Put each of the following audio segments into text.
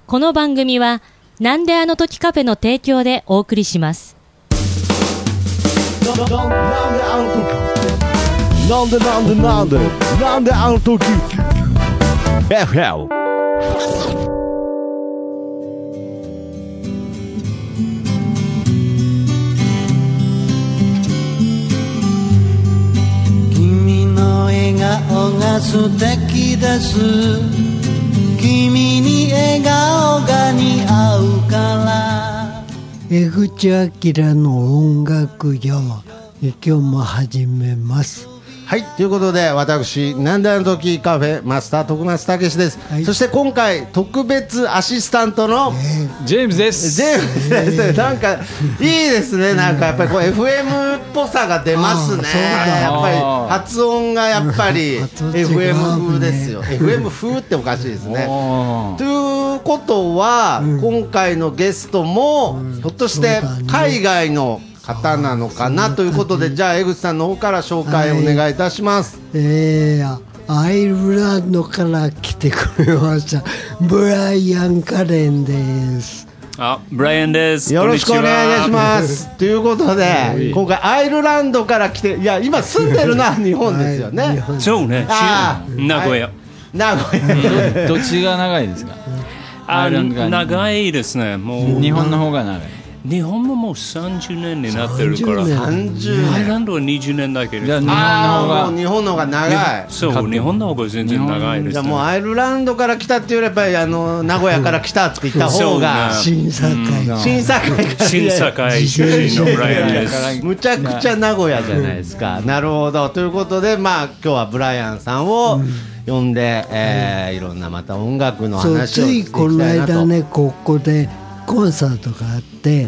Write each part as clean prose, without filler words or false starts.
この番組はなんであの時カフェの提供でお送りします。 なんであの時 FL。 君の笑顔が素敵です。君に笑顔が似合うから。 江口明の音楽屋は今日も始めます。 はい、ということで私なんであの時カフェマスター徳松武史です、はい、そして今回特別アシスタントの、 ジェームズです。 ジェームズです、なんかいいですね、なんかやっぱりこう FM っぽさが出ますね。やっぱり発音がやっぱり FM 風ですよ。FM 風っておかしいですね。ということは、今回のゲストも、ひょっとして海外の方なのかなということで、じゃあ江口さんの方から紹介お願いいたします。 アイルランドから来てくれましたブライアン・カレンです。 ブライアンです。 よろしくお願いしますということで、今回アイルランドから来て、いや今住んでるのは日本ですよね。 そうね、名古屋。 名古屋どっちが長いですか？長いですね。もう日本の方が長い。日本ももう30年になってるから。 30 アイルランドは20年だけど。 もう日本の方が長い。 そう、日本の方が全然長いです、ね。 じゃあもうアイルランドから来たっていうよりやっぱり名古屋から来たって言った方が審査会出身のブライアンです。 むちゃくちゃ名古屋じゃないですか。なるほど。ということで、まあ今日はブライアンさんを呼んで、いろんなまた音楽の話をしていきたいなと。 ついこの間ね、ここでコンサートがあって、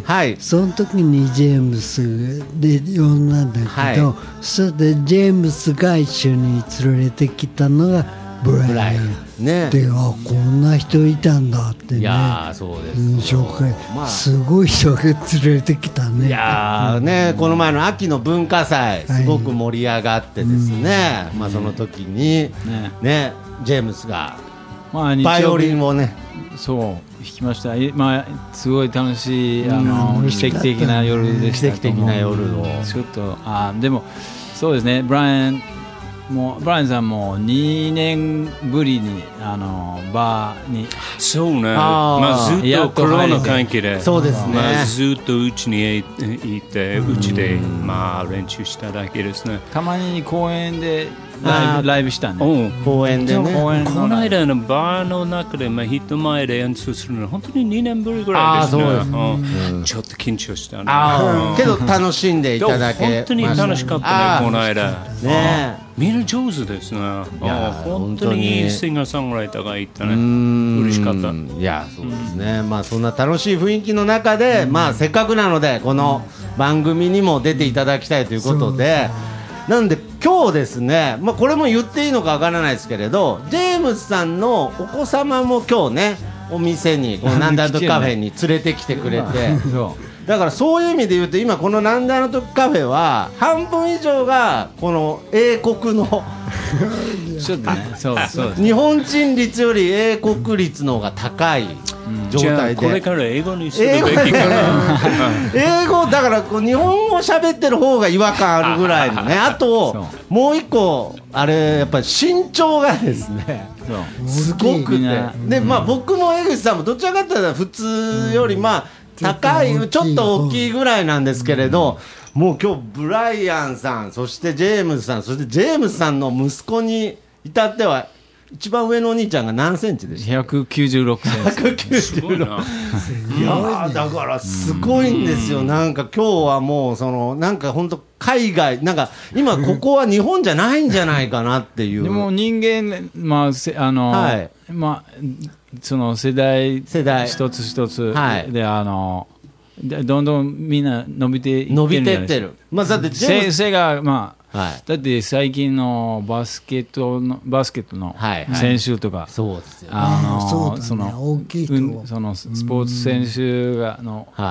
はい、その時にジェームスで呼んだんだけど、はい、それでジェームスが一緒に連れてきたのがブライアン、ね、で、こんな人いたんだってね。 いやそうです、 紹介、すごい人が連れてきたね。 いやね、この前の秋の文化祭すごく盛り上がってですね、まあ、その時に、ね、ジェームスがバイオリンをね、 そう弾きました。まあ、すごい楽しい奇跡的な夜でした。 奇跡的な夜をちょっとでもそうですね、ブライアンさんも2年ぶりにバーに。そうね、まあ、ずっとコロナ関係で、 そうですね、 まあ、ずっとうちにいて、うちで、まあ、練習しただけですね。たまに公園でライブしたね。 公園でね。 この間のバーの中で、まあ、人前で演奏するのは本当に2年ぶりぐらいですね。ちょっと緊張したね。 けど楽しんでいただけ本当に楽しかったね、この間ね。 みんな上手ですね。本当にいいシンガーソングライターがいたね。嬉しかった。 いや、そうですね。まあそんな楽しい雰囲気の中で、まあせっかくなのでこの番組にも出ていただきたいということで、なんで今日ですね、まあ、これも言っていいのかわからないですけれど、ジェームスさんのお子様も今日ね、お店にこのなんであの時カフェに連れてきてくれてだからそういう意味で言うと、今このなんであの時カフェは半分以上がこの英国のちょっとね、そう日本人率より英国率の方が高い状態で、 これから英語にするべきかな。 英語だからこう日本語喋ってる方が違和感あるぐらいのね。あともう一個あれやっぱり身長がですね、すごくて、で、まあ僕も江口さんもどちらかというと普通よりまあ高い、ちょっと大きいぐらいなんですけれど、もう今日ブライアンさん、そしてジェームズさん、そしてジェームズさんの息子に至っては一番上のお兄ちゃんが何センチでした？ 196 センチ。 196。いやだからすごいんですよ。なんか今日はもうなんか本当海外、なんか今ここは日本じゃないんじゃないかなっていう。 でも人間、まあはい、まあその世代一つ一つでどんどんみんな伸びてってる。まあだって背がまあ。はい、だって最近のバスケットの選手とか、 そうですよ、 その大きい人、 そのスポーツ選手が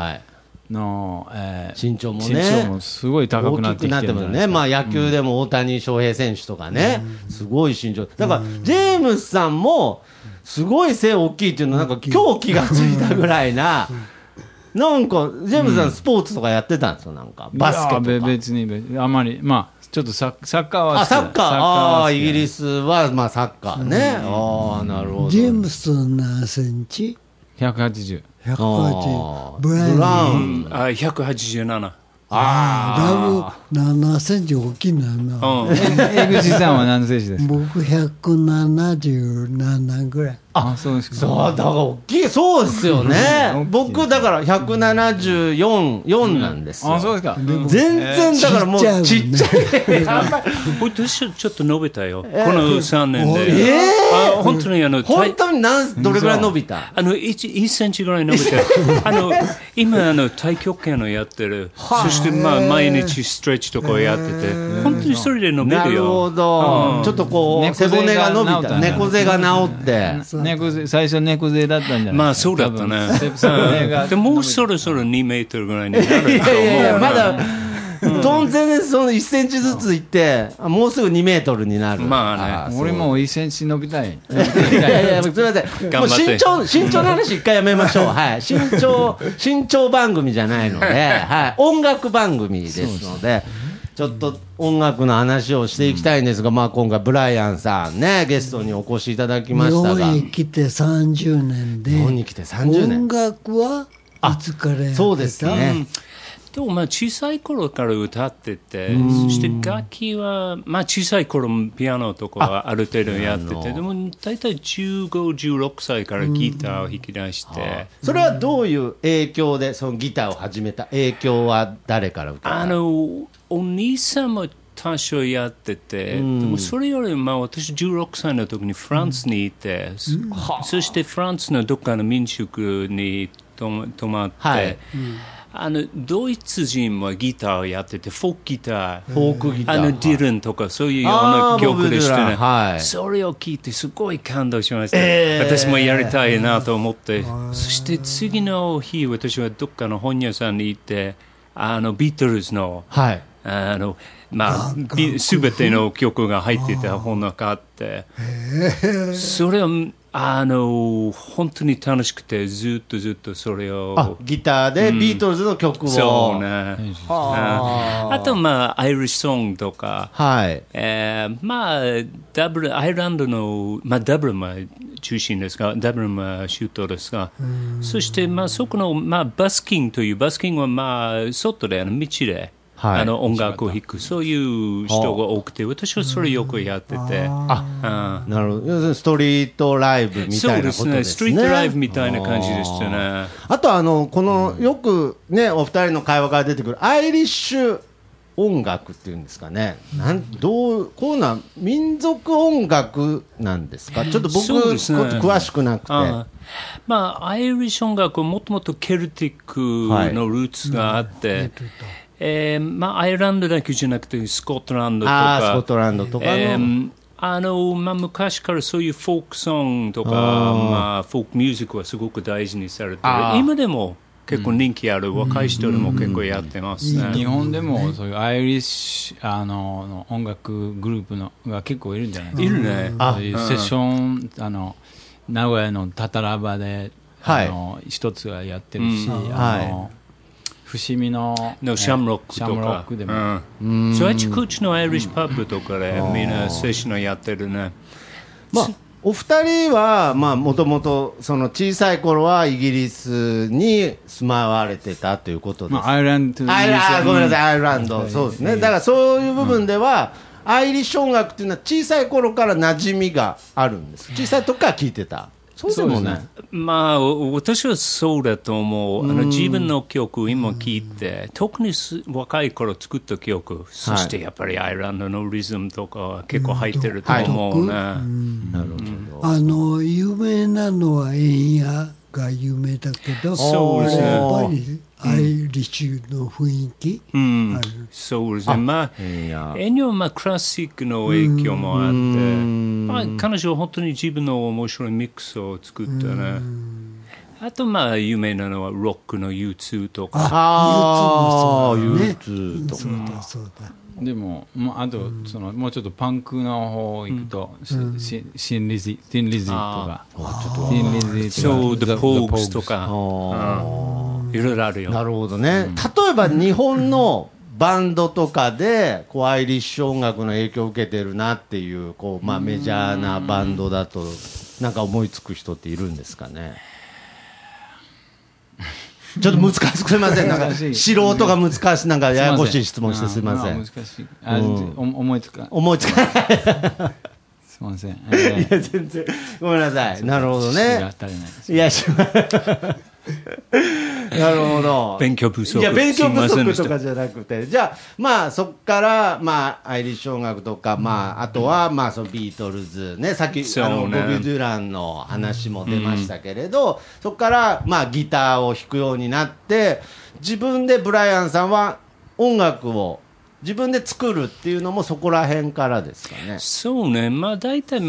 身長もすごい高くなってきてるんね。まあ野球でも大谷翔平選手とかね、すごい身長だからジェームスさんもすごい背大きいっていうのなんか今日気がついたぐらいな。なんかジェームズさんスポーツとかやってたんですよ、なんかバスケとか。 別にあんまり、まあちょっとサッカーはサッカー、イギリスはまあサッカーね。ああ、なるほど。 ジェームス何センチ ？180。 ブラウン 187。 だいぶ7センチ大きいんだな。 江口さんは何センチですか？ 僕177ぐらい。 そうですか。 そうだから大きい、そうですよね。僕だから174なんですよ。 そうですか。 全然だからもうちっちゃい。 私はちょっと伸びたよ。この3年で。本当に本当にどれぐらい伸びた ？1センチぐらい伸びて。今太極拳をやってる。そして毎日ストレッチとかをやってて、本当にそれで伸びるよ。 なるほど。ちょっとこう背骨が伸びた、猫背が治って。 最初猫背だったんじゃない？ まあそうだったね。でもうそろそろ2メートルぐらいになると思う。 いやまだ全然その1センチずついってもうすぐ2メートルになる。 まあね、俺も1センチ伸びたい。 いやすみません。もう身長の話一回やめましょう。はい。身長番組じゃないので、はい。音楽番組ですので。ちょっと音楽の話をしていきたいんですが、まあ今回ブライアンさんねゲストにお越しいただきましたが、 日本に来て30年で、 日本に来て30年、 音楽はいつからやってた？ そうですね。 でも小さい頃から歌ってて、そして楽器は小さい頃もピアノとかはある程度やってて、でも大体15、16歳からギターを弾き出して、 それはどういう影響でそのギターを始めた影響は誰から受けた？ お兄さんも多少やってて、でもそれより私16歳の時にフランスにいて、そしてフランスのどっかの民宿に泊まって、ドイツ人もギターをやってて、フォークギター、ディルンとかそういうような曲でしてね、それを聞いてすごい感動しました。私もやりたいなと思って、そして次の日私はどっかの本屋さんに行って、ビートルズの、すべての曲が入っていた本があって、それは本当に楽しくて、ずっとそれをギターでビートルズの曲を、 そうね。あとアイリッシュソングとか、アイルランドのダブルも中心ですが、ダブルも首都ですが、そしてそこのバスキングは外で道で。音楽を弾く、そういう人が多くて、私はそれよくやってて。 なるほど。要するにストリートライブみたいなことですね。そうですね。 ストリートライブみたいな感じでしたね。 あとこのよくね、お二人の会話から出てくるアイリッシュ音楽っていうんですかね。こういうのは民族音楽なんですか？ちょっと僕、詳しくなくて。アイリッシュ音楽はもともとケルティックのルーツがあって、アイルランドだけじゃなくてスコットランドとか、 スコットランドとかの、 昔からそういうフォークソングとか、フォークミュージックはすごく大事にされてる。今でも結構人気ある、若い人でも結構やってますね。 日本でもそういうアイリッシュの音楽グループのが結構いるんじゃないですか。いるね。 そういうセッション名古屋のタタラバで一つはやってるし、伏見のシャムロックとか、そうあちこちのアイリッシュパブとかでみんなセッションやってるね。 お二人はもともとその小さい頃はイギリスに住まわれてたということです。 アイルランド、 ごめんなさい、アイルランド、そうですね。だからそういう部分では、アイリッシュ音楽っていうのは小さい頃から馴染みがあるんです。小さい時から聞いてた。そうでもね。 私はそうだと思う。自分の曲今聴いて、特に若い頃作った曲、そしてやっぱりアイルランドのリズムとか結構入ってると思うね。なるほど。有名なのは円屋が有名だけど、 そうですね。 やっぱりアイリッシュの雰囲気ある。 そうですね。エニョはクラシックの影響もあって、彼女は本当に自分の面白いミックスを作ったね。 あとまあ有名なのはロックの U2 とか。 U2 とか。 そうだ。 でも、あともうちょっとパンクの方行くと、ティンリジーとか、 そう、The Pogues とか、いろいろあるよ。 なるほどね。例えば日本のバンドとかでアイリッシュ音楽の影響を受けてるなっていうメジャーなバンドだとなんか思いつく人っているんですかね。ちょっと難しくすみません。なんか素人が難しい、なんかややこしい質問してすみません。 難しい。思いつかない。すみません。いや全然ごめんなさい。なるほどね。いやなるほど。 勉強不足。 いや勉強不足とかじゃなくて、じゃあそこからアイリッシュ音楽とかあとはそのビートルズね、さっきボビー・デュランの話も出ましたけれど、そこからギターを弾くようになって、自分でブライアンさんは音楽を自分で作るっていうのもそこら辺からですかね。 そうね、大体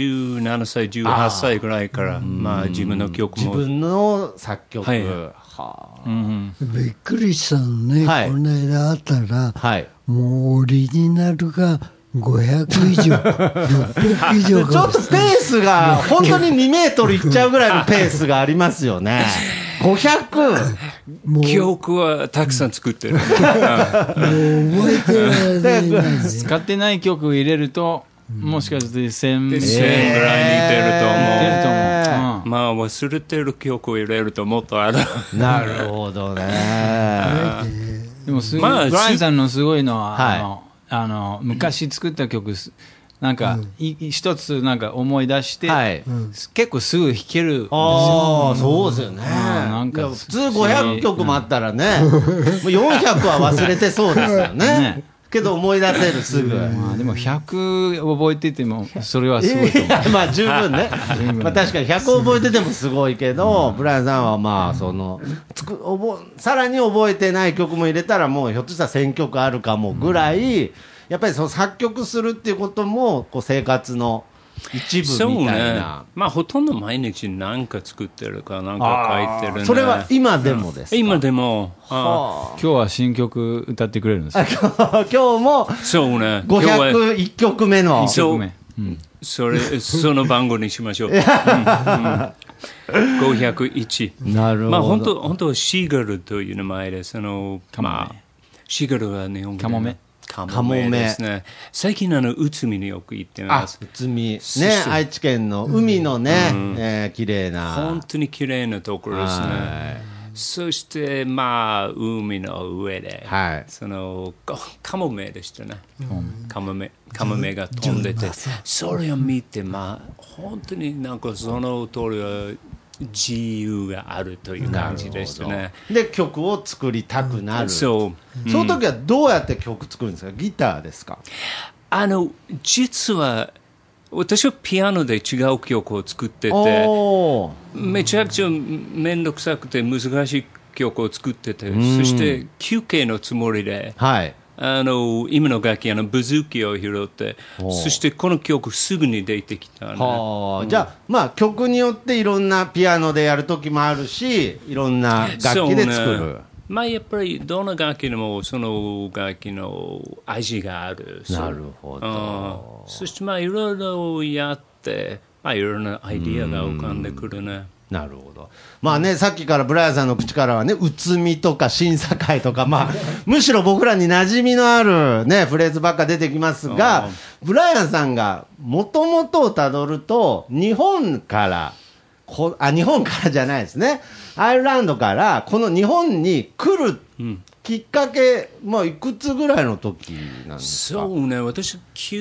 17歳、18歳ぐらいから自分の曲も。 自分の作曲。びっくりしたのね、この間あったら、もうオリジナルが500以上、600以上ちょっとペースが本当に2メートルいっちゃうぐらいのペースがありますよね。500 曲はたくさん作ってる。もう覚えてられない。 使ってない曲を入れると、もしかして1000ぐらいに出ると思う。忘れてる曲を入れるともっとある。 なるほどね。 でもブライアンさんのすごいのは、昔作った曲なんか一つなんか思い出して、結構すぐ弾けるんですよ。 そうですよね。なんか普通500曲もあったらね、もう400は忘れてそうですよね。けど思い出せるすぐ。 でも100覚えててもそれはすごいと思う。 十分ね。確かに100覚えててもすごいけど、ブライアンさんはさらに覚えてない曲も入れたらもうひょっとしたら1000曲あるかもぐらい。やっぱり作曲するっていうことも生活の一部みたいな。 ほとんど毎日何か作ってるか何か書いてるね。 それは今でもですか？ 今でも。 今日は新曲歌ってくれるんですか？ 今日もそうね。 501曲目の。 その番号にしましょう。501。 なるほど。 本当はシーガルという名前で、シーガルは日本語でカモメ。 カモメですね。最近内海によく行ってます。 内海ね、愛知県の海のね、綺麗な。 本当に綺麗なところですね。そして海の上で、カモメでしたね。カモメが飛んでて、それを見て本当になんかその通りは自由があるという感じでしたね。 で曲を作りたくなる。その時はどうやって曲作るんですか？ギターですか？ 実は私はピアノで違う曲を作ってて、めちゃくちゃ面倒くさくて難しい曲を作ってて、そして休憩のつもりで、今の楽器ブズーキを拾って、そしてこの曲すぐに出てきたね。 じゃあ曲によっていろんなピアノでやる時もあるし、いろんな楽器で作る。 やっぱりどの楽器でもその楽器の味がある。 なるほど。 そしていろいろやっていろんなアイディアが浮かんでくるね。 なるほど。さっきからブライアンさんの口からはね、内海とか審査会とか、むしろ僕らに馴染みのあるね、フレーズばっか出てきますが、ブライアンさんがもともとをたどると、日本からじゃないですね。アイルランドからこの日本に来るきっかけ、いくつぐらいの時なんですか？ そうね、私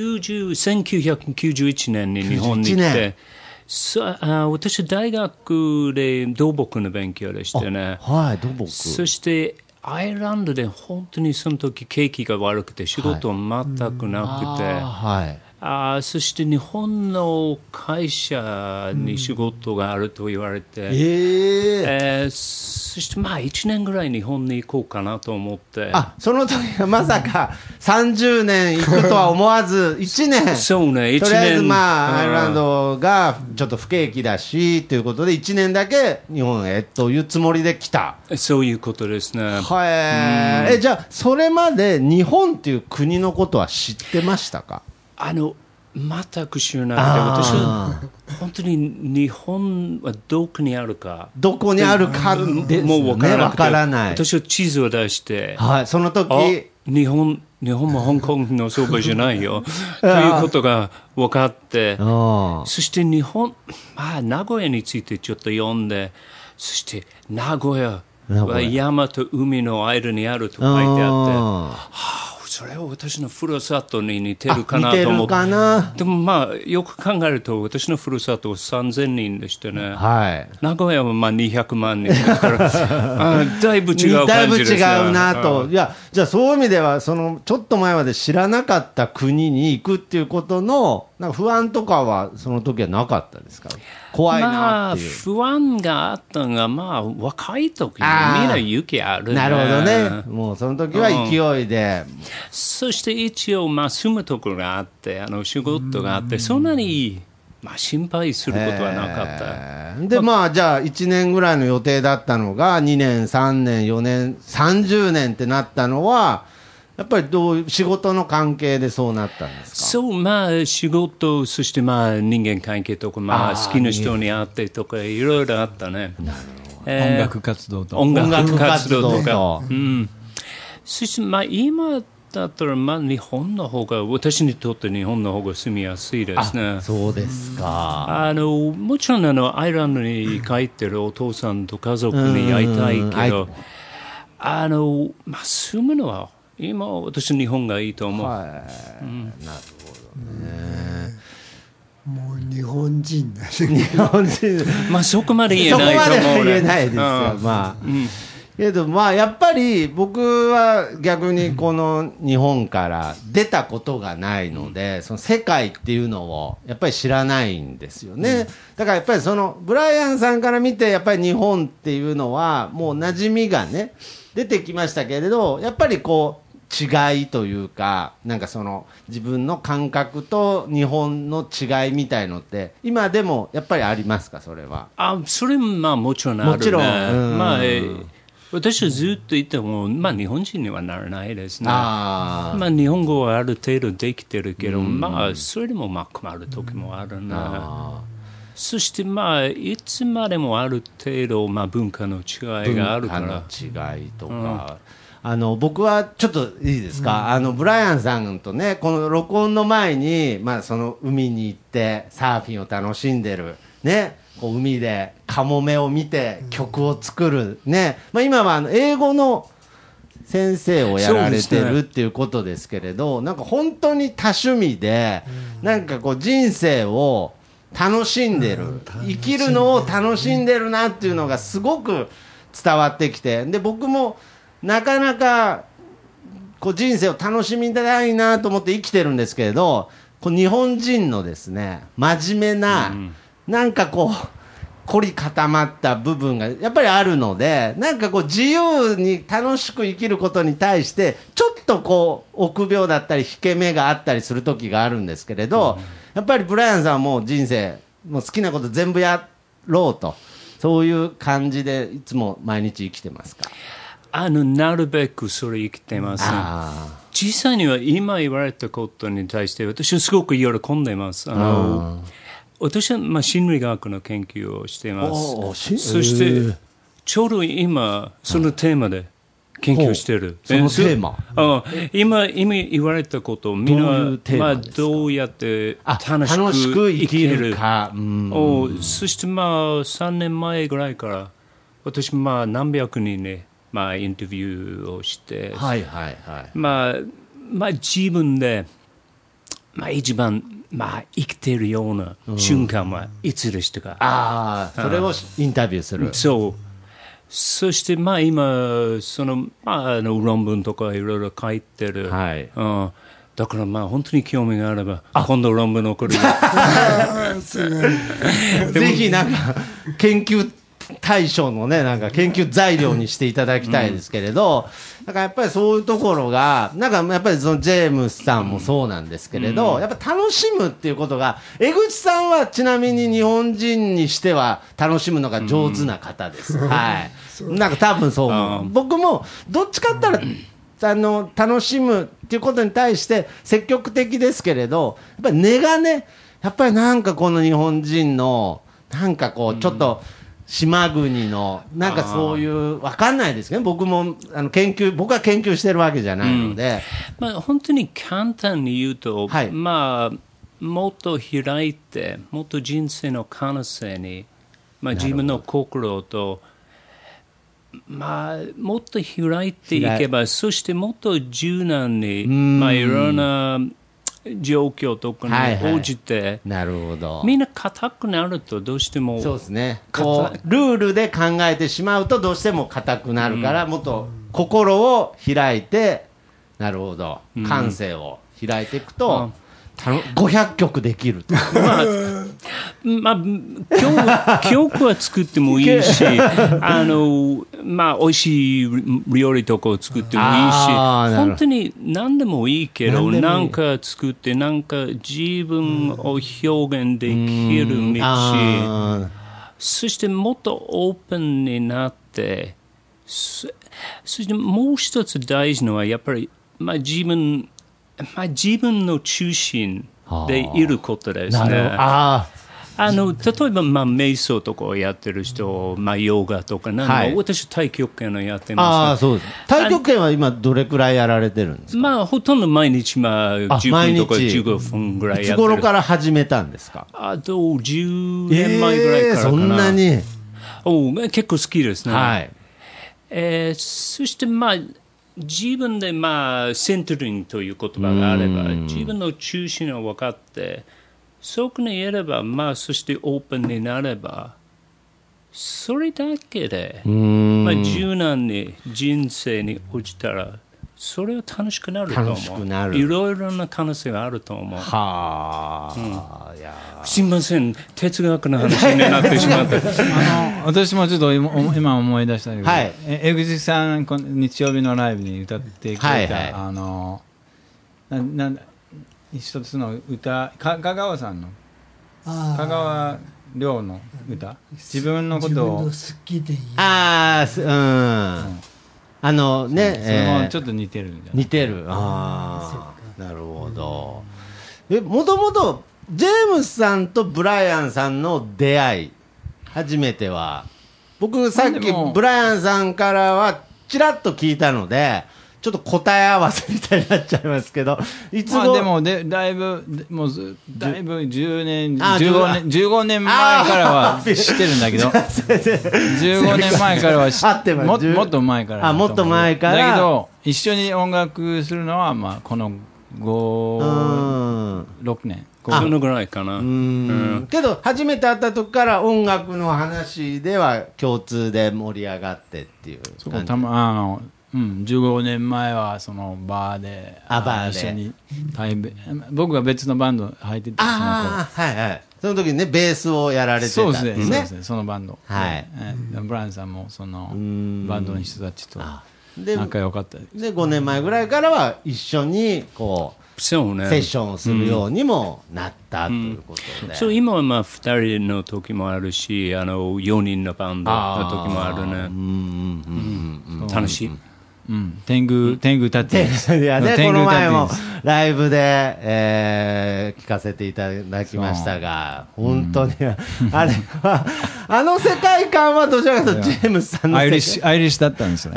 1991年に日本に来て、私大学で土木の勉強でしてね。 土木。 そしてアイルランドで本当にその時景気が悪くて仕事は全くなくて、そして日本の会社に仕事があると言われて、そそしてまあ1年ぐらい日本に行こうかなと思って。 その時はまさか30年行くとは思わず1年そうね、1年とりあえずまあアイルランドがちょっと不景気だしということで1年だけ日本へというつもりで来た。 そういうことですね。 じゃあそれまで日本っていう国のことは知ってましたか？ 全く知らなくて、私は本当に日本はどこにあるかですよね、もうわからない。 私は地図を出して、 その時日本も香港のそばじゃないよということが分かって、そして日本、名古屋についてちょっと読んで、そして名古屋は山と海の間にあると書いてあって、それは私のふるさとに似てるかなと思って。でもよく考えると私のふるさとは3000人でしてね、名古屋は200万人だからだいぶ違う感じですね。 だいぶ違うなと。じゃあそういう意味ではちょっと前まで知らなかった国に行くっていうことのなんか不安とかはその時はなかったですか？怖いなっていう。 不安があったのが若い時にみんな勇気あるね。 なるほどね。もうその時は勢いで。 そして一応住むところがあって仕事があってそんなに心配することはなかった。 でじゃあ1年ぐらいの予定だったのが2年3年4年30年ってなったのはやっぱり仕事の関係でそうなったんですか？ そう仕事そして人間関係とか好きな人に会ってとかいろいろあったね。 音楽活動とか。 音楽活動とか。そして今だったら日本の方が私にとって日本の方が住みやすいですね。 そうですか。 もちろんアイルランドに帰ってるお父さんと家族に会いたいけど住むのは今私日本がいいと思う。 なるほどね。 もう日本人だし日本人そこまで言えないと思う。 そこまで言えないですよ。けどやっぱり僕は逆にこの日本から出たことがないので、その世界っていうのをやっぱり知らないんですよね。だからやっぱりブライアンさんから見てやっぱり日本っていうのはもう馴染みがね出てきましたけれど、やっぱり違いというかなんか自分の感覚と日本の違いみたいのって今でもやっぱりありますか？それは。 それももちろんあるね。 もちろん。 私はずっと言っても、日本人にはならないですね。日本語はある程度できてるけど、それでも困る時もあるな。そしていつまでもある程度、文化の違いがあるから。 文化の違いとか。僕はちょっといいですか？ブライアンさんとね、この録音の前に、海に行ってサーフィンを楽しんでるね。海でカモメを見て曲を作るね、今は英語の先生をやられてるっていうことですけれど、なんか本当に多趣味で、なんか人生を楽しんでる、生きるのを楽しんでるなっていうのがすごく伝わってきて、で僕もなかなか人生を楽しみたいなと思って生きてるんですけれど、日本人のですね真面目な、なんか凝り固まった部分がやっぱりあるので、なんか自由に楽しく生きることに対してちょっと臆病だったり引け目があったりする時があるんですけれど、やっぱりブライアンさんはもう人生もう好きなこと全部やろうと、そういう感じでいつも毎日生きてますか？ なるべくそれ生きてます。実際には今言われたことに対して私はすごく喜んでます。私は心理学の研究をしています。そしてちょうど今そのテーマで研究してる。 そのテーマ。 今言われたことをみんなどうやって楽しく生きるか。そして3年前ぐらいから私何百人にインタビューをして、自分で一番生きているような瞬間はいつでしたか？ それをインタビューする。 そして今論文とかいろいろ書いてる。だから本当に興味があれば今度論文の送る。 ぜひなんか研究対象のね、なんか研究材料にしていただきたいですけれど、だからやっぱりそういうところが、なんかやっぱりそのジェームスさんもそうなんですけれど、やっぱ楽しむっていうことが、江口さんはちなみに日本人にしては楽しむのが上手な方です。はい。なんか多分そう思う。僕もどっちかって言ったら、楽しむっていうことに対して積極的ですけれど、やっぱり根がね、やっぱりなんかこの日本人のなんかこうちょっと島国のなんかそういうわかんないですけど、僕も僕は研究してるわけじゃないので、 まあ本当に簡単に言うと、まあもっと開いて、もっと人生の可能性に、まあ自分の心とまあもっと開いていけば、そしてもっと柔軟に、まあいろんな状況とかに応じて、 なるほど。 みんな硬くなるとどうしても、 そうですね。こうルールで考えてしまうとどうしても硬くなるから、もっと心を開いて、なるほど。感性を開いていくと、500曲できると。 まあ、曲は作ってもいいし、まあ、美味しい料理とかを作ってもいいし、本当に何でもいいけど、なんか作って、なんか自分を表現できる道、そしてもっとオープンになって、そしてもう一つ大事なのは、やっぱり、まあ自分の中心でいることですね。例えば、まあ、瞑想とかをやってる人、まあ、ヨガとか私、太極拳をやってます。 そうです。太極拳は今、どれくらいやられてるんですか？ まあ、ほとんど毎日、まあ、10分とか15分ぐらいやってる。 いつ頃から始めたんですか？ あと、10年前ぐらいからかな。 そんなに？ 結構好きですね。 はい。 そして、まあ、自分で、まあ、センタリングという言葉があれば、自分の中心を分かって、そこにいれば、まあ、そしてオープンになれば、それだけで、まあ、柔軟に人生に落ちたら、それは楽しくなると思う。 楽しくなる。 いろいろな可能性があると思う。すみません、哲学の話になってしまって。 私もちょっと今思い出したけど、江口さん、日曜日のライブに歌ってくれた、一つの歌、香川さんの、香川亮の歌、自分のことを。 好きでいい。 それもちょっと似てるんじゃない？ 似てる。なるほど。もともとジェームスさんとブライアンさんの出会い、初めては、僕さっきブライアンさんからはちらっと聞いたので、ちょっと答え合わせみたいになっちゃいますけど、いつも、 でもだいぶ10年、15年前からは知ってるんだけど、15年前からはもっと前から。 もっと前から。 だけど、一緒に音楽するのは、まあ、この5、6年。 そのぐらいかな。 けど、初めて会った時から音楽の話では共通で盛り上がってっていう感じ。 15年前はそのバーで一緒に僕が別のバンド入ってて、 その時にねベースをやられてたんですね。 そうですね、そのバンド。ブライアンさんもそのバンドの人たちと仲良かったです。 で5年前ぐらいからは一緒にこうセッションをするようにもなったということで、 そう今はまあ2人の時もあるし、4人のバンドの時もあるね。楽しい。 天狗タッチ。 いやね、この前もライブで、聞かせていただきましたが、本当に、あれは、世界観はどちらかというとジェームスさんの世界。 アイリッシュだったんですよ。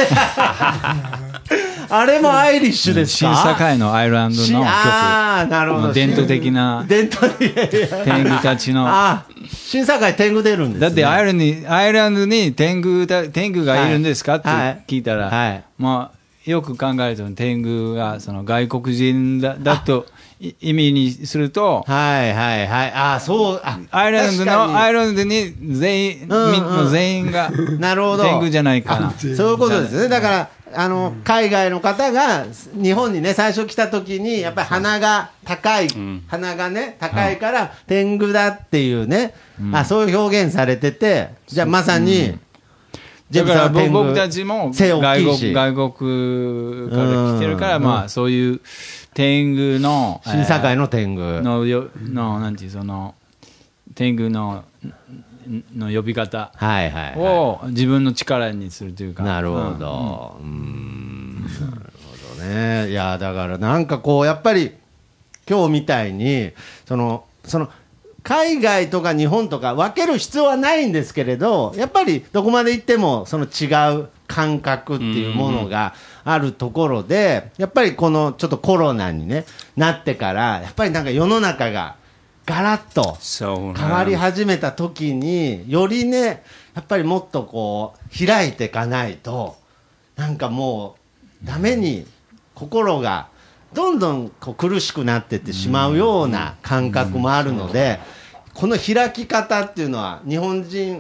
あれもアイリッシュですか？ 審査会のアイルランドの曲。 なるほど。 伝統的な天狗たちの。 審査会天狗出るんですね。 だってアイルランドに天狗がいるんですかって聞いたら、まあよく考えると天狗がその外国人だと意味にすると、 はいはいはい、あ、そう、 アイルランドに全員がなるほど、 天狗じゃないかな。 そういうことですね。だから海外の方が日本にね最初来た時にやっぱり鼻が高い、鼻がね高いから天狗だっていうね、そういう表現されてて、じゃあまさに。 だから僕たちも外国から来てるから、まあそういう天狗の審査会の天狗のなんていうその天狗の呼び方を自分の力にするというか。 なるほど、なるほどね。いやだからなんかこうやっぱり今日みたいにその海外とか日本とか分ける必要はないんですけれど、やっぱりどこまで行ってもその違う感覚っていうものがあるところで、やっぱりこのちょっとコロナに、ね、なってからやっぱりなんか世の中がガラッと変わり始めた時によりねやっぱりもっとこう開いていかないとなんかもうダメに心がどんどんこう苦しくなっていってしまうような感覚もあるので、この開き方っていうのは日本人って、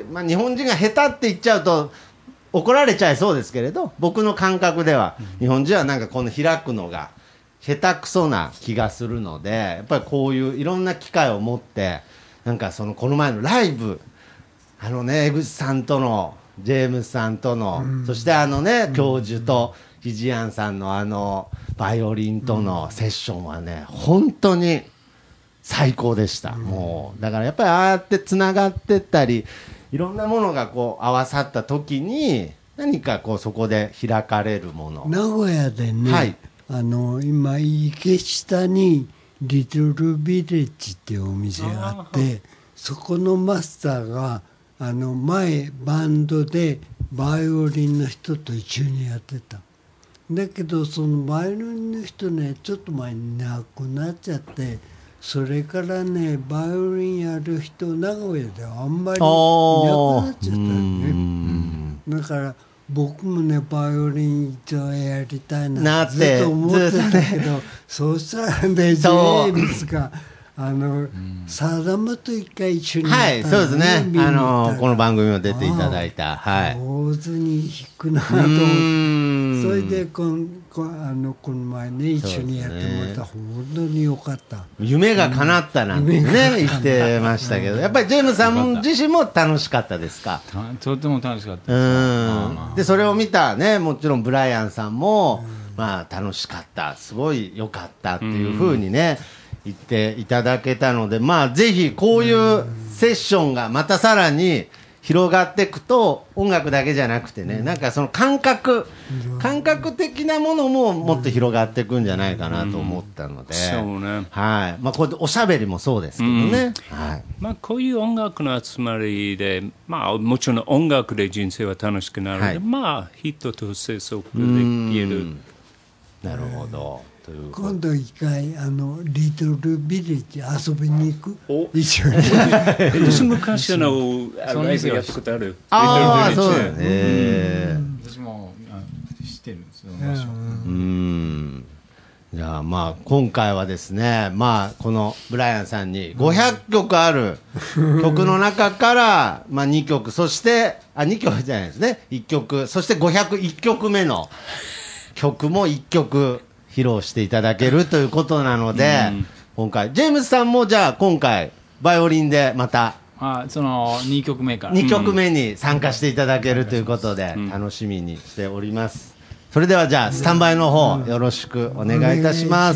日本人が下手って言っちゃうと怒られちゃいそうですけれど、僕の感覚では日本人はなんかこの開くのが下手くそな気がするので、やっぱりこういういろんな機会を持ってなんかこの前のライブ江口さんとのジェームスさんとの、そして教授とヒジアンさんのバイオリンとのセッションはね本当に最高でした。もうだからやっぱりああやってつながってったりいろんなものがこう合わさった時に何かこうそこで開かれるもの。 名古屋でね、はい、今池下にリトルビレッジっていうお店があって、そこのマスターが前バンドでバイオリンの人と一緒にやってた。だけどそのバイオリンの人ねちょっと前に亡くなっちゃって、それからねバイオリンやる人名古屋ではあんまりいなくなっちゃったね。だから僕もねバイオリン一応やりたいなってずっと思ってたけど、そうしたらねジェームスがサダムと一回一緒にやったの、ね、 はい、そうですね。この番組も出ていただいた、はい、 上手に弾くなと思って、それでこの前ね一緒にやってもらった、本当に良かった。 夢が叶ったなんてね、言ってましたけど、やっぱりジェームスさん自身も楽しかったですか？ とても楽しかったです。 でそれを見たね、もちろんブライアンさんも、楽しかった、すごい良かったっていうふうにね言っていただけたので、ぜひこういうセッションがまたさらに広がっていくと、音楽だけじゃなくてね、なんかその感覚的なものももっと広がっていくんじゃないかなと思ったので、 そうね、 はい、こうやっておしゃべりもそうですけどね、はい、 こういう音楽の集まりで、もちろん音楽で人生は楽しくなるので、はい、人と接続できる。 なるほど。 今度一回リトルビレッジ遊びに行く。一緒に。 私昔ライブやったことある。 ああ、そうだね。 私も知ってるんですよ。 じゃあ今回はですね、このブライアンさんに500曲ある曲の中から2曲、そして2曲じゃないですね、1曲、そして501曲目の曲も1曲披露していただけるということなので、今回ジェームスさんもじゃあ今回バイオリンでまたその2曲目から 2曲目に参加していただけるということで楽しみにしております。それではじゃあスタンバイの方よろしくお願いいたします。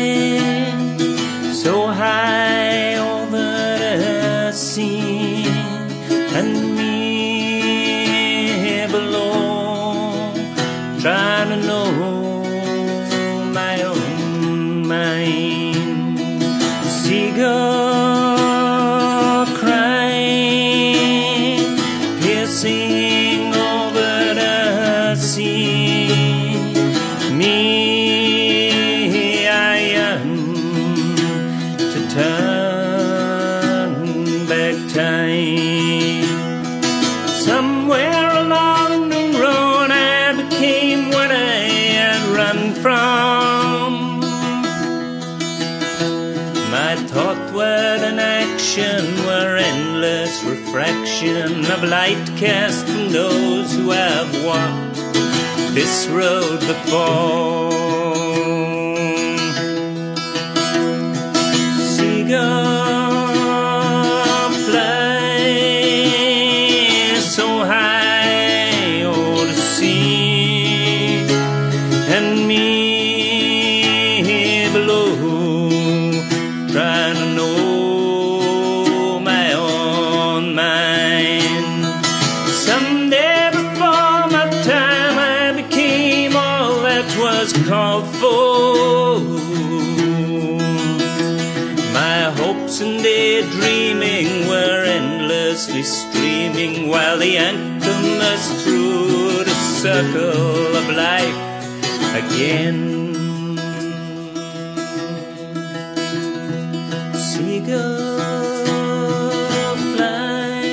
So high over the sea, seagull crying, piercing over the sea. Me, I yearn to turn back time. Somewhere along the road I became what I had run from. My thought, word and action were endless refraction of light cast from those who have walked this road before. Seagull fly so high o'er the sea, and me below, trying to know my own mind. Someday before my time I became all that was called for. My hopes and daydreaming were endlessly streaming, while the anchor must through the circle of life again. Seagull fly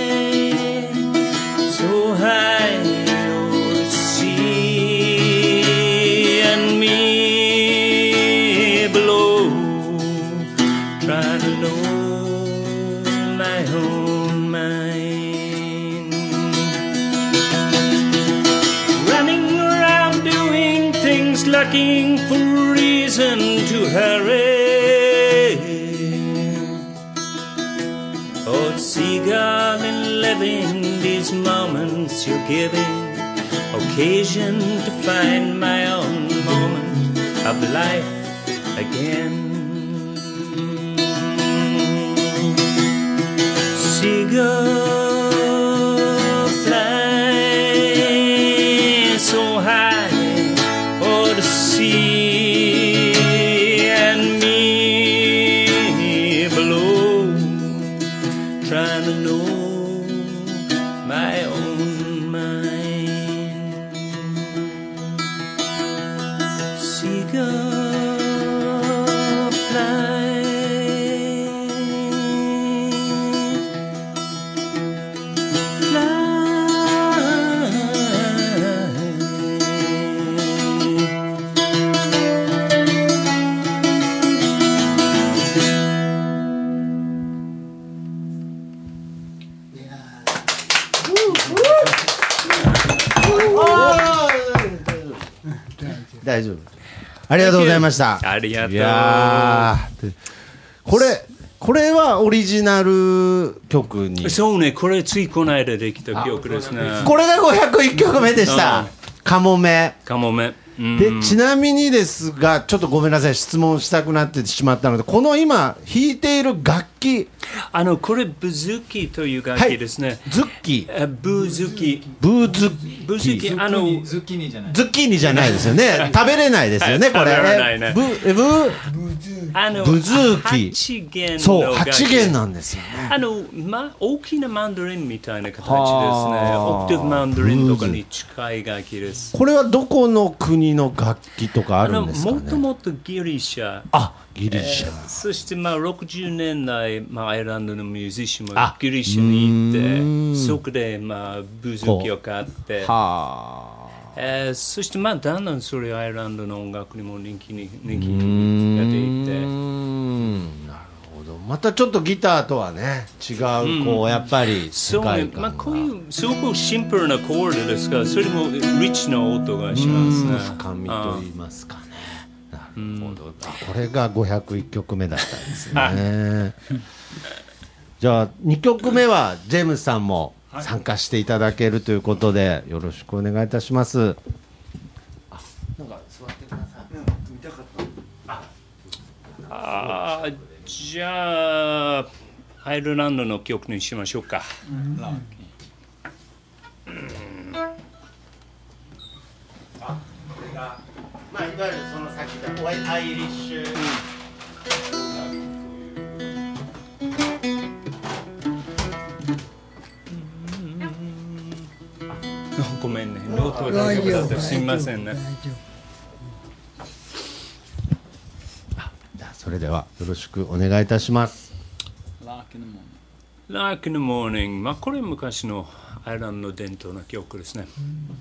so high o'er the sea, and me below, trying to know my own mind. Running around doing things, looking for reason to hurry. Oh, seagull, in living these moments you're giving occasion to find my own moment of life again. Seagull fly so high o'er the sea, and me below, trying to know my own mind. Seagull fly 大丈夫。ありがとうございました。 ありがとう。 いやこれはオリジナル曲に。 そうね、これついこの間できた曲ですね。 これが501曲目でした。カモメ。 カモメ。 でちなみにですが、ちょっとごめんなさい、質問したくなってしまったので、この今弾いている楽器、 これブズッキという楽器ですね。 ズッキ、 ブズッキ、 ブズッキ、 ズッキーニじゃない。 ズッキーニじゃないですよね。食べれないですよね、これ。ブズーキ。そう、8弦なんですよね。 大きなマンドリンみたいな形ですね。オクティブマンドリンとかに近い楽器です。 これはどこの国の楽器とかあるんですかね。 もともとギリシャ。 ギリシャ。 そして60年代、アイルランドのミュージシャンもギリシャに行って、そこでブズーキを買って、そしてだんだんそれアイルランドの音楽にも人気が出ていて。 なるほど。またちょっとギターとはね違うやっぱり世界観が。 こういうすごくシンプルなコードですから、それもリッチな音がしますね。 深みと言いますかね。なるほど。これが501曲目だったんですね。じゃあ2曲目はジェームスさんも参加していただけるということで、よろしくお願いいたします。なんか座ってください。見たかった。じゃあアイルランドの曲にしましょうか。 これがいわゆるその先だ。アイリッシュ。 音だけだとすみませんね。 それではよろしくお願いいたします。 Lark in the Morning、まあ、これ昔のアイルランドの伝統の曲ですね。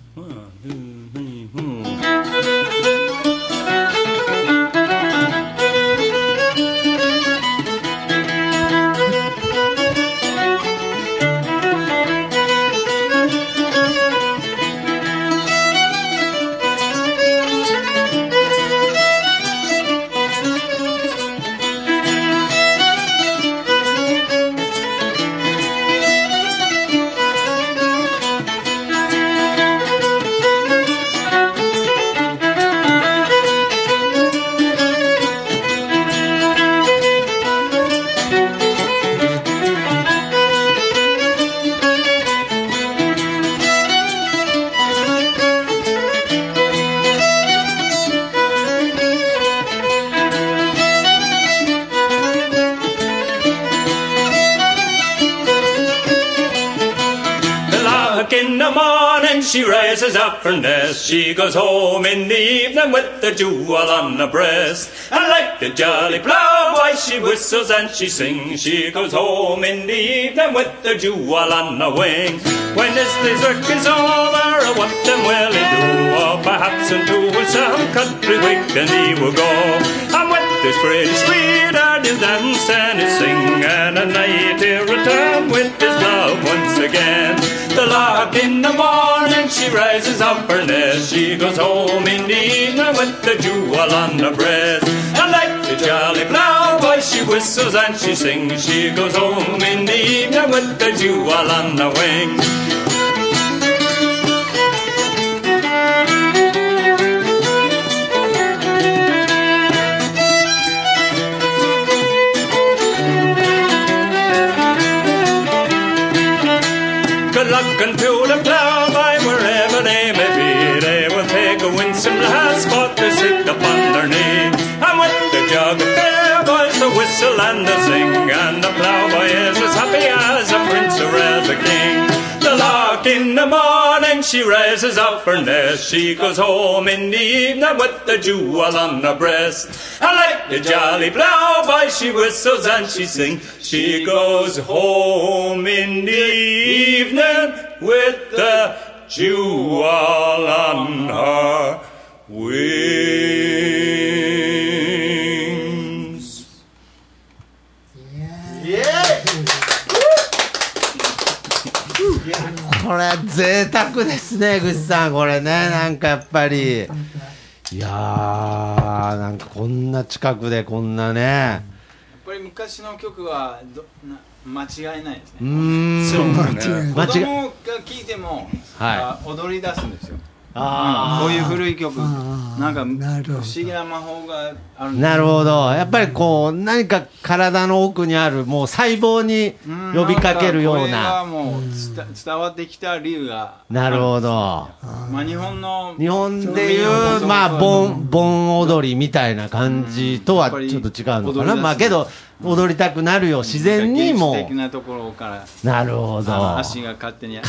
She rises up her nest, she goes home in the evening with the jewel on her breast. And like the jolly ploughboy she whistles and she sings, she goes home in the evening with the jewel on her wing. When this day's work is over, what then will he do? Oh, perhaps into some country waken he will go. And with this pretty sweetheart he'll dance and he'll sing, and at night he'll return with his love once again. The lark in the morning, she rises up her nest, she goes home in the evening with the jewel on her breast. And like the jolly ploughboy she whistles and she sings, she goes home in the evening with the jewel on her wing. Good luck unto the ploughboy wherever they may be. They will take a winsome lass, but they sit upon their knee. And with the jug of their boys to whistle and to sing, and the ploughboy is as happy as a prince or as a king. The lark in the morning, she rises up her nest, she goes home in the evening with the jewel on her breast. And like the jolly ploughboy she whistles and she sings, she goes home in the evening with the jewel on her wings. Yeah! これ贅沢ですね、ぐっさん。これね、なんかやっぱり、いやー、なんかこんな近くでこんなね。やっぱり昔の曲は間違いないですね。 そうね。 子供が聴いても、踊り出すんですよ。こういう古い曲、なんか不思議な魔法があるんです。 なるほど。やっぱりこう何か体の奥にあるもう細胞に呼びかけるような。これがもう伝わってきた理由が。 なるほど。 まあ日本でいうまあ盆踊りみたいな感じとはちょっと違うのかな。まあけど踊りたくなるよ、自然にも。 原始的なところから。 なるほど。 足が勝手に。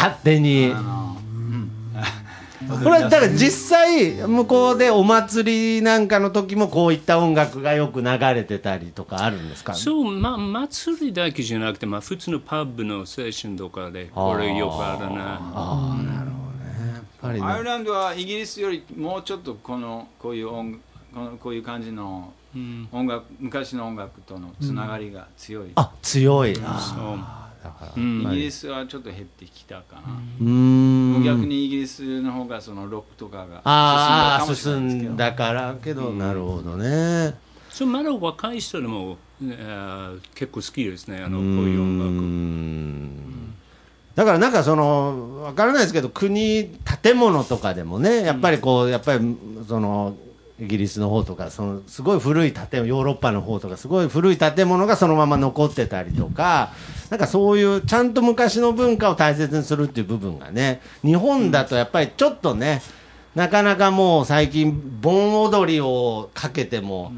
これだから実際向こうでお祭りなんかの時もこういった音楽がよく流れてたりとかあるんですか？ そう、まあ祭りだけじゃなくて、まあ普通のパブのセッションとかでこれよくあるな。 なるほどね。やっぱりね。 アイルランドはイギリスよりもうちょっとこういう感じの音楽、昔の音楽とのつながりが強い。 強い。 そう。だからイギリスはちょっと減ってきたかな。逆にイギリスの方がそのロックとかが進んだからけど、なるほどね。 そう、まだ若い人でも結構好きですね、こういう音楽。だからなんかその分からないですけど、建物とかでもね、やっぱりそのイギリスの方とか、そのすごい古いヨーロッパの方とかすごい古い建物がそのまま残ってたりとか、なんかそういうちゃんと昔の文化を大切にするっていう部分がね、日本だとやっぱりちょっとね、なかなかもう最近盆踊りをかけても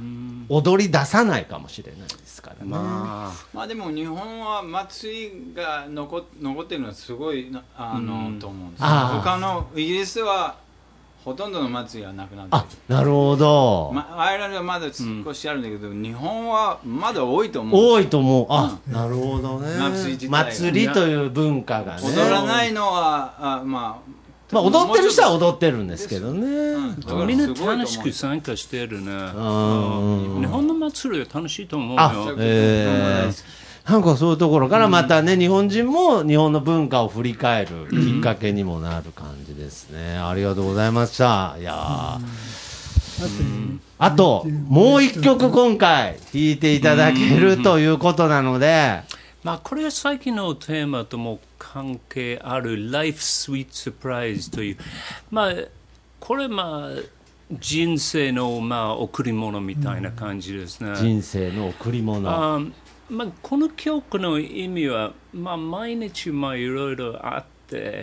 踊り出さないかもしれないですからね。 まあでも日本は祭りが残ってるのはすごいと思うんですよ。他のイギリスはほとんどの祭りはなくなってる。 なるほど。 アイルランドはまだ少しあるんだけど、日本はまだ多いと思う。 多いと思う。なるほどね。祭りという文化がね。 踊らないのはまあ踊ってる人は踊ってるんですけどね。 みんな楽しく参加してるね。日本の祭りは楽しいと思うよ。 なんかそういうところからまたね、日本人も日本の文化を振り返るきっかけにもなる感じですね。ありがとうございました。いやあともう一曲今回弾いていただけるということなので、 まあこれは最近のテーマとも関係ある Life Sweet Surprise という、まあこれ人生の贈り物みたいな感じですね。 人生の贈り物。 この曲の意味は、毎日いろいろあって、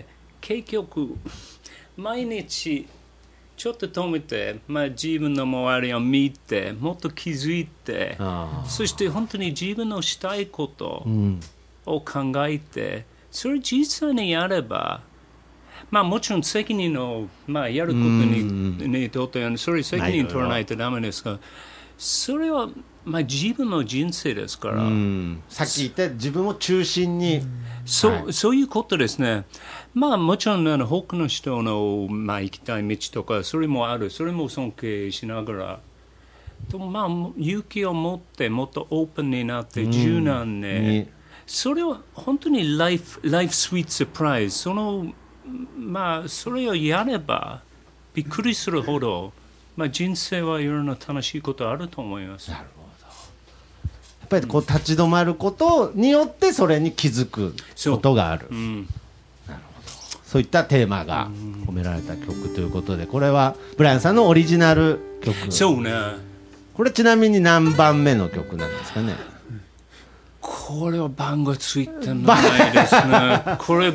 結局毎日ちょっと止めて、自分の周りを見て、もっと気づいて、そして本当に自分のしたいことを考えて、それ実際にやれば、もちろん責任を、やることにとって、それ責任取らないとダメですが、それは自分の人生ですから、 さっき言った自分を中心に、 そういうことですね。もちろん他の人の、行きたい道とかそれもある、それも尊敬しながら、でも勇気を持ってもっとオープンになって柔軟に、それは本当に life sweet surprise、それをやればびっくりするほど、人生はいろんな楽しいことあると思います。 なるほど。やっぱりこう立ち止まることによってそれに気づくことがある。なるほど。そういったテーマが込められた曲ということで、これはブライアンさんのオリジナル曲。 そうね。 これちなみに何番目の曲なんですかね。 これは番がついてないですね。これ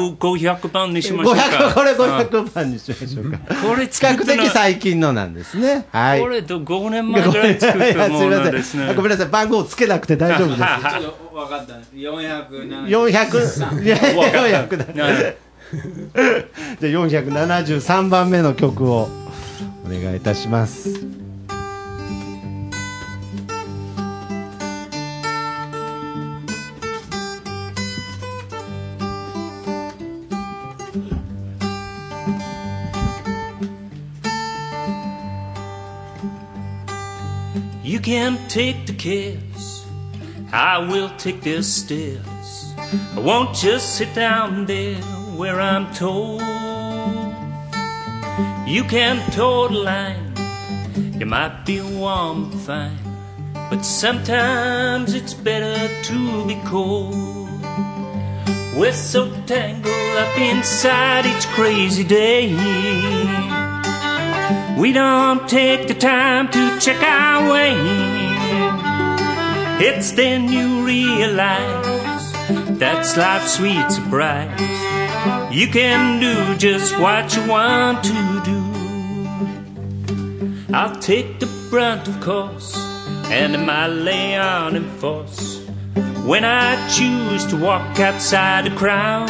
500番にしましょうか。 これ500番にしましょうか。これ比較的最近のなんですね。はい。 これ5年前ぐらい作ったものなんですね。 ごめんなさい、番号つけなくて大丈夫です。 分かった。473。 じゃあ473番目の曲をお願いいたします。 You can take the cares, I will take the stairs. I won't just sit down there where I'm told. You can toe the line, you might be warm and fine, but sometimes it's better to be cold. We're so tangled up inside each crazy day, we don't take the time to check our way. It's then you realize that's life's sweet surprise. You can do just what you want to do. I'll take the brunt, of course, and it might lay on in force when I choose to walk outside the crowd.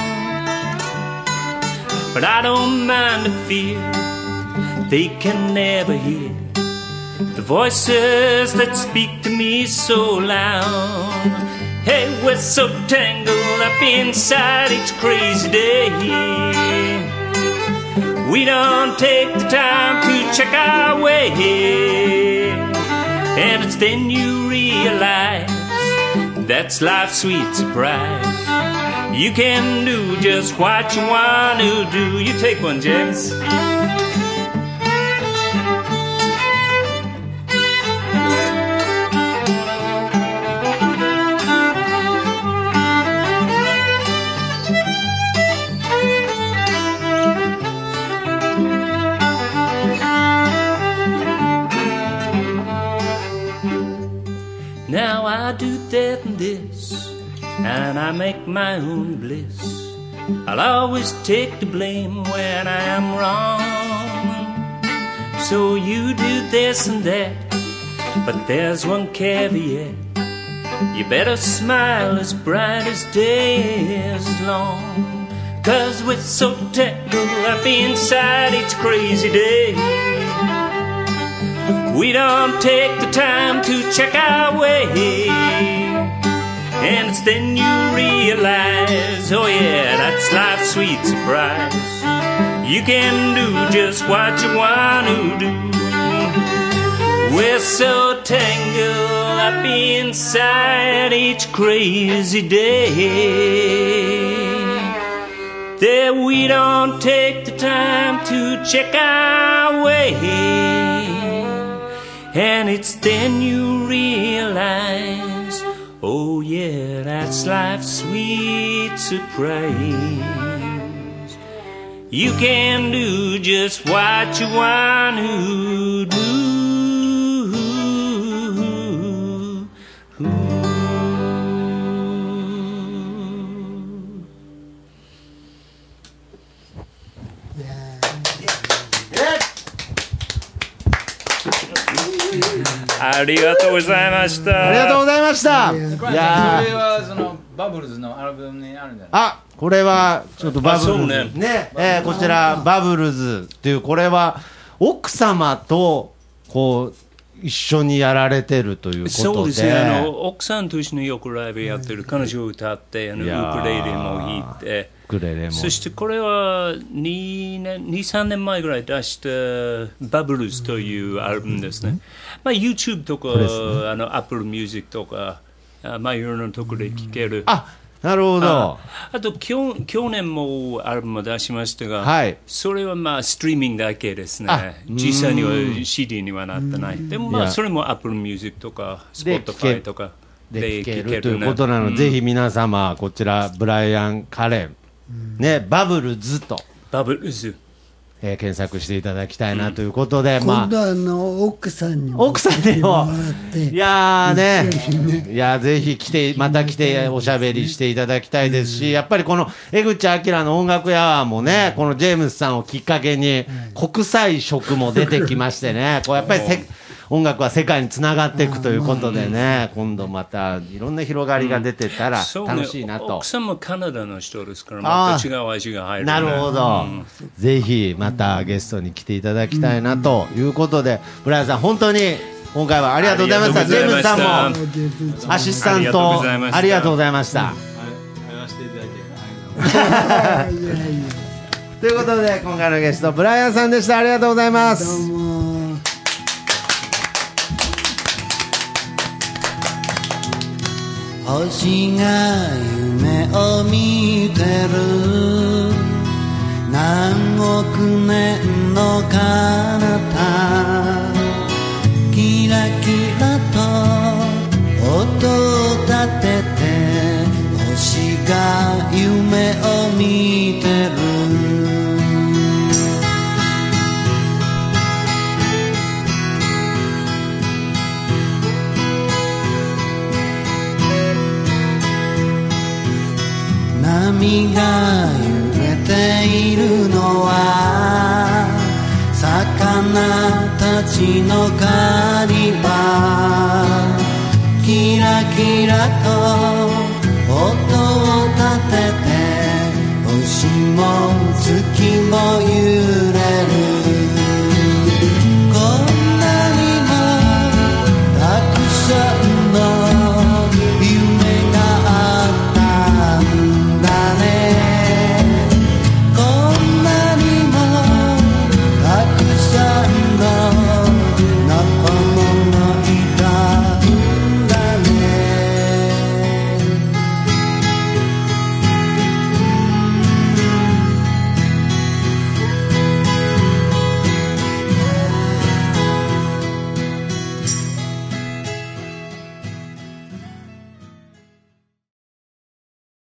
But I don't mind the fear they can never hear, the voices that speak to me so loud. Hey, we're so tangled up inside each crazy day, we don't take the time to check our way. And it's then you realize that's life's sweet surprise. You can do just what you want to do. You take one, James. Now I do that and this, and I make my own bliss. I'll always take the blame when I am wrong. So you do this and that, But there's one caveat. You better smile as bright as day is long, 'cause we're so tangled up inside each crazy day. We don't take the time to check our way, and it's then you realize, oh yeah, that's life's sweet surprise. You can do just what you want to do. We're so tangled up inside each crazy day that we don't take the time to check our way, and it's then you realize, oh yeah, that's life's sweet surprise. You can do just what you want to do.ありがとうございました。 ありがとうございました。いや、 これはそのバブルズのアルバムにあるんじゃない？ あ、これはちょっとバブルズね、こちらバブルズっていう、これは奥様とこう一緒にやられてるということで。 そうですね、奥さんと一緒によくライブやってる。彼女を歌って、ウクレレも弾いて、そしてこれは2、3年前ぐらい出したバブルズというアルバムですね。まあ、YouTube とか、Apple Music とか、まあ、いろんなところで聴ける。 あ、なるほど。 あと去年もアルバムを出しましたが、はい、それはまあストリーミングだけですね。実際には CD にはなってない。でもまあそれも Apple Music とか Spotify とかで聴けるということなので、ぜひ皆様こちらブライアン・カレン、ね、バブルズとバブルズ、 検索していただきたいなということで、 今度は奥さんにもいやーね、いやぜひまた来ておしゃべりしていただきたいですし、やっぱりこの江口晃の音楽やわもね、このジェームスさんをきっかけに国際色も出てきましてね、こうやっぱり音楽は世界につながっていくということでね、今度またいろんな広がりが出てたら楽しいなと。 奥さんもカナダの人ですから、また違う味が入る、ね。 なるほど、ぜひまたゲストに来ていただきたいなということで、ブライアンさん本当に今回はありがとうございました。ジェームスさんもアシスタントありがとうございました。ということで今回のゲストブライアンさんでした。ありがとうございます。 星が夢を見てる何億年の彼方、キラキラと音を立てて星が夢を見てる。波が揺れているのは魚たちの影